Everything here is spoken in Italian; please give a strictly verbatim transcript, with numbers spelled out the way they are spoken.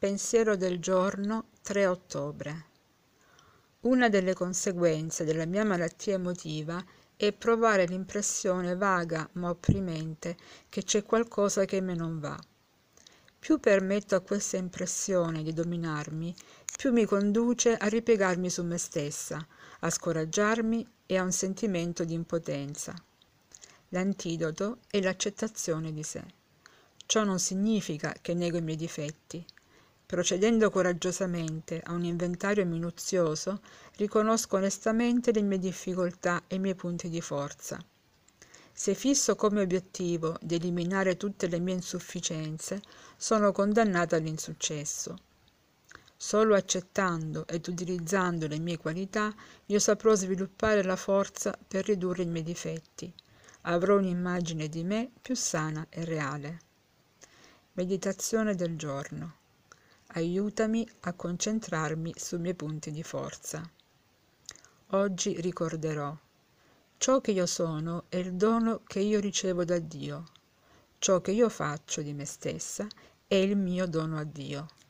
Pensiero del giorno tre ottobre. Una delle conseguenze della mia malattia emotiva è provare l'impressione vaga ma opprimente che c'è qualcosa che me non va. Più permetto a questa impressione di dominarmi, più mi conduce a ripiegarmi su me stessa, a scoraggiarmi e a un sentimento di impotenza. L'antidoto è l'accettazione di sé. Ciò non significa che nego i miei difetti. Procedendo coraggiosamente a un inventario minuzioso, riconosco onestamente le mie difficoltà e i miei punti di forza. Se fisso come obiettivo di eliminare tutte le mie insufficienze, sono condannata all'insuccesso. Solo accettando ed utilizzando le mie qualità, io saprò sviluppare la forza per ridurre i miei difetti. Avrò un'immagine di me più sana e reale. Meditazione del giorno. Aiutami a concentrarmi sui miei punti di forza. Oggi ricorderò: ciò che io sono è il dono che io ricevo da Dio. Ciò che io faccio di me stessa è il mio dono a Dio.